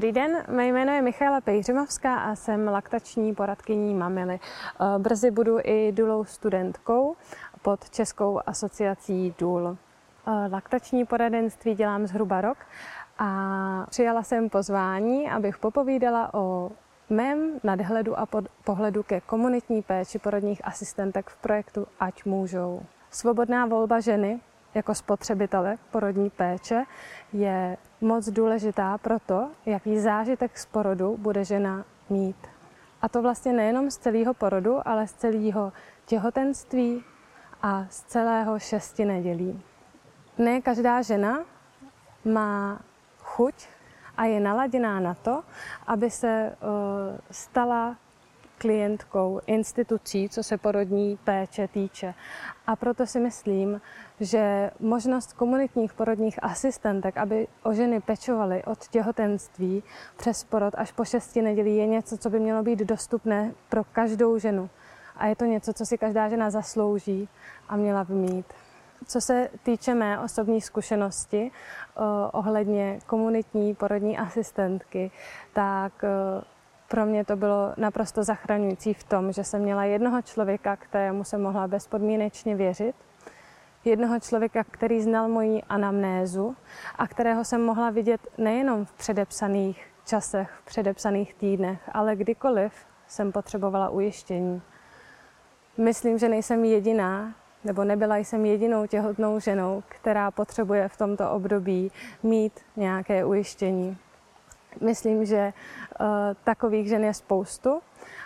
Dobrý den, mé jméno je Michaela Pejřimovská a jsem laktační poradkyní Mamily. Brzy budu i důlou studentkou pod Českou asociací důl. Laktační poradenství dělám zhruba rok a přijala jsem pozvání, abych popovídala o mém nadhledu a pohledu ke komunitní péči porodních asistentek v projektu Ať můžou. Svobodná volba ženy jako spotřebitele porodní péče je moc důležitá pro to, jaký zážitek z porodu bude žena mít. A to vlastně nejenom z celého porodu, ale z celého těhotenství a z celého 6 nedělí. Ne každá žena má chuť a je naladěná na to, aby se stala klientkou institucí, co se porodní péče týče. A proto si myslím, že možnost komunitních porodních asistentek, aby o ženy pečovaly od těhotenství přes porod až po 6 nedělí, je něco, co by mělo být dostupné pro každou ženu. A je to něco, co si každá žena zaslouží a měla by mít. Co se týče mé osobní zkušenosti ohledně komunitní porodní asistentky, tak pro mě to bylo naprosto zachraňující v tom, že jsem měla jednoho člověka, kterému jsem mohla bezpodmínečně věřit, jednoho člověka, který znal moji anamnézu a kterého jsem mohla vidět nejenom v předepsaných časech, v předepsaných týdnech, ale kdykoliv jsem potřebovala ujištění. Myslím, že nejsem jediná, nebo nebyla jsem jedinou těhotnou ženou, která potřebuje v tomto období mít nějaké ujištění. Myslím, že takových žen je spoustu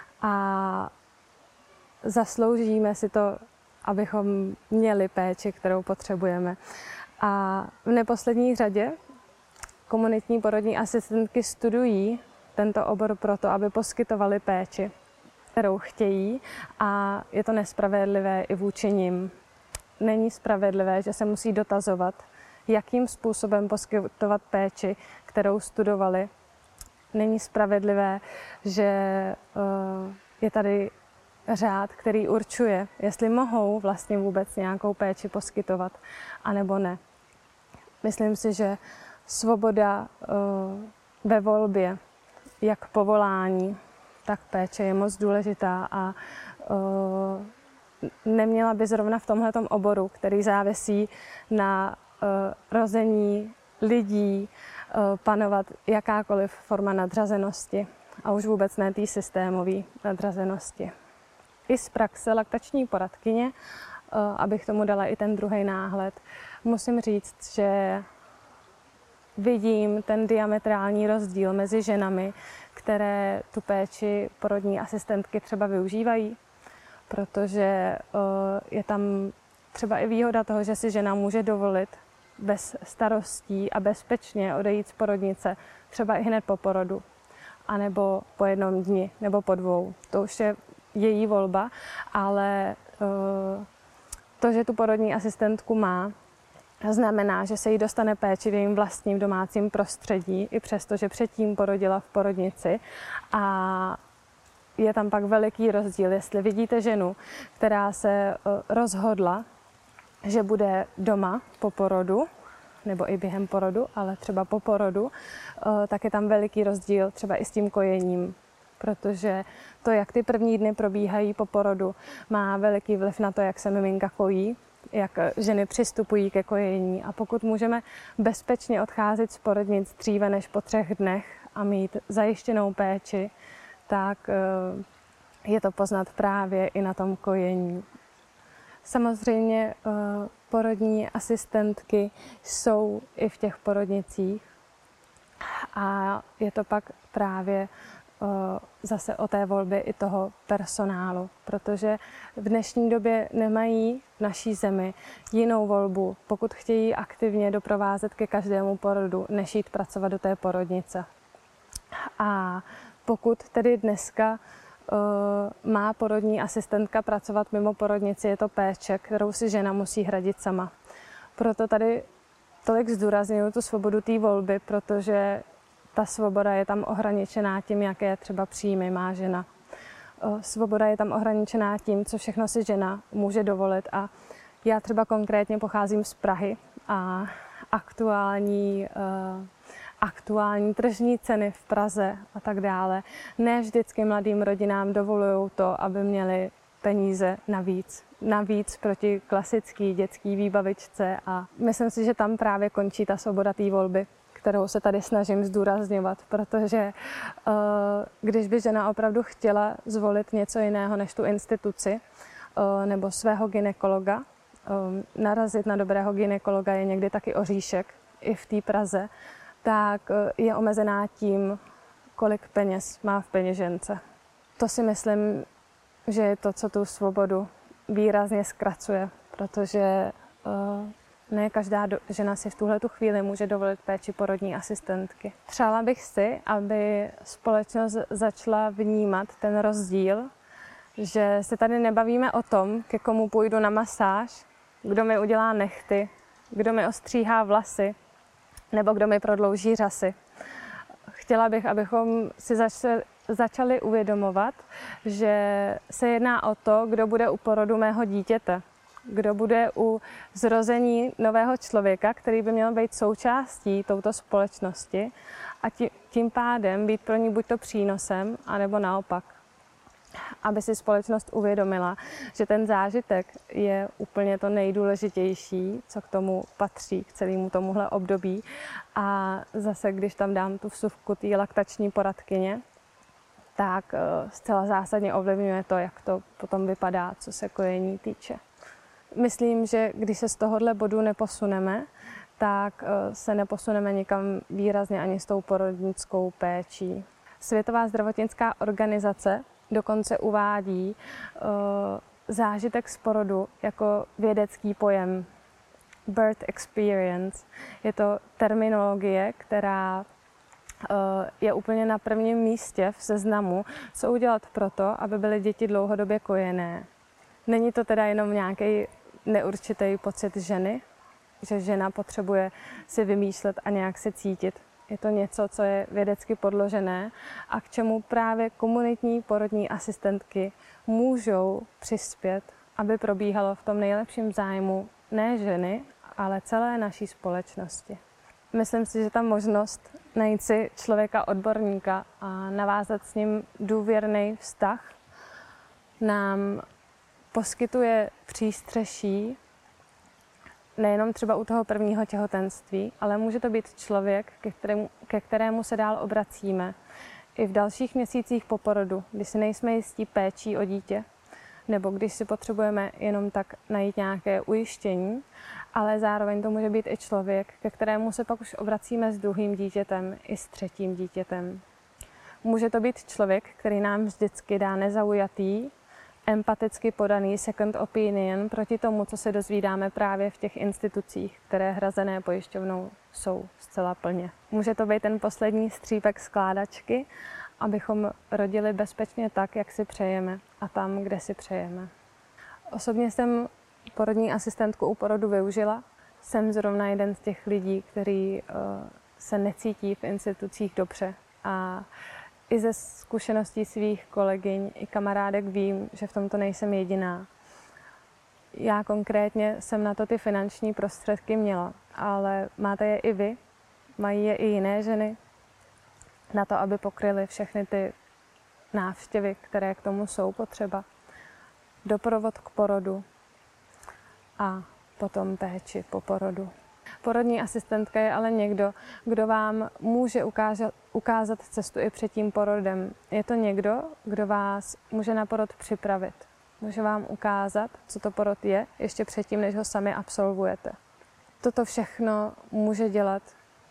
a zasloužíme si to, abychom měli péči, kterou potřebujeme. A v neposlední řadě komunitní porodní asistentky studují tento obor proto, aby poskytovaly péči, kterou chtějí, a je to nespravedlivé i vůči nim. Není spravedlivé, že se musí dotazovat, jakým způsobem poskytovat péči, kterou studovali. Není spravedlivé, že je tady řád, který určuje, jestli mohou vlastně vůbec nějakou péči poskytovat, anebo ne. Myslím si, že svoboda ve volbě, jak povolání, tak péče je moc důležitá a neměla by zrovna v tomhletom oboru, který závisí na rození lidí, panovat jakákoliv forma nadřazenosti a už vůbec ne té systémové nadřazenosti. I z praxe laktační poradkyně, abych tomu dala i ten druhý náhled, musím říct, že vidím ten diametrální rozdíl mezi ženami, které tu péči porodní asistentky třeba využívají, protože je tam třeba i výhoda toho, že si žena může dovolit bez starostí a bezpečně odejít z porodnice třeba i hned po porodu, anebo po 1 dni, nebo po 2. To už je její volba, ale to, že tu porodní asistentku má, znamená, že se jí dostane péči v jejím vlastním domácím prostředí, i přesto, že předtím porodila v porodnici. A je tam pak veliký rozdíl, jestli vidíte ženu, která se rozhodla, že bude doma po porodu, nebo i během porodu, ale třeba po porodu, tak je tam veliký rozdíl třeba i s tím kojením, protože to, jak ty první dny probíhají po porodu, má veliký vliv na to, jak se miminka kojí, jak ženy přistupují ke kojení. A pokud můžeme bezpečně odcházet z porodnic dříve než po 3 dnech a mít zajištěnou péči, tak je to poznat právě i na tom kojení. Samozřejmě porodní asistentky jsou i v těch porodnicích a je to pak právě zase o té volbě i toho personálu, protože v dnešní době nemají v naší zemi jinou volbu, pokud chtějí aktivně doprovázet ke každému porodu, než jít pracovat do té porodnice. A pokud tedy dneska má porodní asistentka pracovat mimo porodnici, je to péče, kterou si žena musí hradit sama. Proto tady tolik zdůrazňuji tu svobodu té volby, protože ta svoboda je tam ohraničená tím, jaké třeba příjmy má žena. Svoboda je tam ohraničená tím, co všechno si žena může dovolit. A já třeba konkrétně pocházím z Prahy a aktuální aktuální tržní ceny v Praze a tak dále. Ne vždycky mladým rodinám dovolují to, aby měli peníze navíc proti klasický dětský výbavičce a myslím si, že tam právě končí ta svoboda té volby, kterou se tady snažím zdůrazňovat, protože když by žena opravdu chtěla zvolit něco jiného než tu instituci nebo svého gynekologa, narazit na dobrého gynekologa je někdy taky oříšek i v té Praze, tak je omezená tím, kolik peněz má v peněžence. To si myslím, že je to, co tu svobodu výrazně zkracuje, protože ne každá žena si v tuhletu chvíli může dovolit péči porodní asistentky. Přála bych si, aby společnost začala vnímat ten rozdíl, že se tady nebavíme o tom, ke komu půjdu na masáž, kdo mi udělá nehty, kdo mi ostříhá vlasy, nebo kdo mi prodlouží řasy. Chtěla bych, abychom si začali uvědomovat, že se jedná o to, kdo bude u porodu mého dítěte, kdo bude u zrození nového člověka, který by měl být součástí touto společnosti a tím pádem být pro ní buď to přínosem, anebo naopak. Aby si společnost uvědomila, že ten zážitek je úplně to nejdůležitější, co k tomu patří, k celému tomuhle období. A zase, když tam dám tu vsuvku té laktační poradkyně, tak zcela zásadně ovlivňuje to, jak to potom vypadá, co se kojení týče. Myslím, že když se z tohohle bodu neposuneme, tak se neposuneme nikam výrazně ani s tou porodnickou péčí. Světová zdravotnická organizace dokonce uvádí zážitek z porodu jako vědecký pojem. Birth experience. Je to terminologie, která je úplně na prvním místě v seznamu, co udělat proto, aby byly děti dlouhodobě kojené. Není to teda jenom nějaký neurčitý pocit ženy, že žena potřebuje si vymýšlet a nějak se cítit. Je to něco, co je vědecky podložené a k čemu právě komunitní porodní asistentky můžou přispět, aby probíhalo v tom nejlepším zájmu ne ženy, ale celé naší společnosti. Myslím si, že ta možnost najít si člověka odborníka a navázat s ním důvěrný vztah nám poskytuje přístřeší nejenom třeba u toho prvního těhotenství, ale může to být člověk, ke kterému se dál obracíme i v dalších měsících po porodu, když si nejsme jistí péčí o dítě, nebo když si potřebujeme jenom tak najít nějaké ujištění, ale zároveň to může být i člověk, ke kterému se pak už obracíme s druhým dítětem i s třetím dítětem. Může to být člověk, který nám vždycky dá nezaujatý, empaticky podaný second opinion proti tomu, co se dozvídáme právě v těch institucích, které hrazené pojišťovnou jsou zcela plně. Může to být ten poslední střípek skládačky, abychom rodili bezpečně tak, jak si přejeme a tam, kde si přejeme. Osobně jsem porodní asistentku u porodu využila. Jsem zrovna jeden z těch lidí, kteří se necítí v institucích dobře a i ze zkušeností svých kolegyň i kamarádek vím, že v tomto nejsem jediná. Já konkrétně jsem na to ty finanční prostředky měla, ale máte je i vy, mají je i jiné ženy, na to, aby pokryly všechny ty návštěvy, které k tomu jsou potřeba. Doprovod k porodu a potom péči po porodu. Porodní asistentka je ale někdo, kdo vám může ukázat cestu i před tím porodem. Je to někdo, kdo vás může na porod připravit. Může vám ukázat, co to porod je, ještě předtím, než ho sami absolvujete. Toto všechno může dělat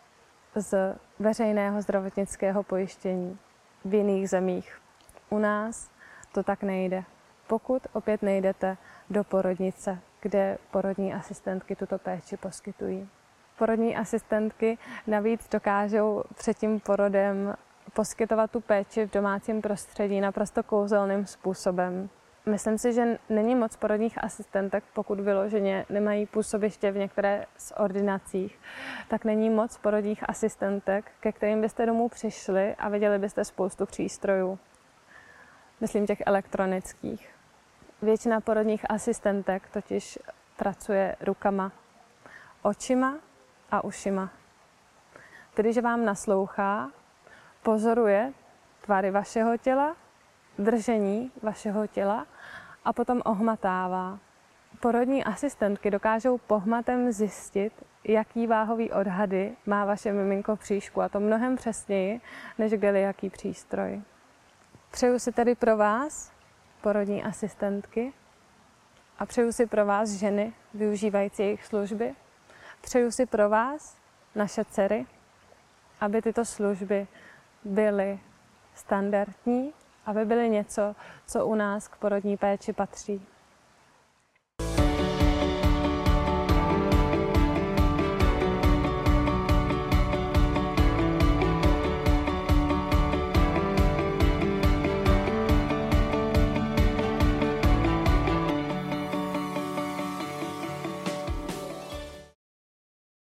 z veřejného zdravotnického pojištění v jiných zemích. U nás to tak nejde. Pokud opět nejdete do porodnice, kde porodní asistentky tuto péči poskytují. Porodní asistentky navíc dokážou před tím porodem poskytovat tu péči v domácím prostředí naprosto kouzelným způsobem. Myslím si, že není moc porodních asistentek, pokud vyloženě nemají působiště v některé z ordinacích, tak není moc porodních asistentek, ke kterým byste domů přišli a viděli byste spoustu přístrojů. Myslím těch elektronických. Většina porodních asistentek totiž pracuje rukama, očima a ušima. tedy že vám naslouchá, pozoruje tvary vašeho těla, držení vašeho těla a potom ohmatává. Porodní asistentky dokážou pohmatem zjistit, jaký váhový odhady má vaše miminko v bříšku, a to mnohem přesněji, než kdekoliv přístroj. Přeju si tedy pro vás, porodní asistentky, a přeju si pro vás, ženy využívající jejich služby, přeju si pro vás, naše dcery, aby tyto služby byly standardní, aby byly něco, co u nás k porodní péči patří.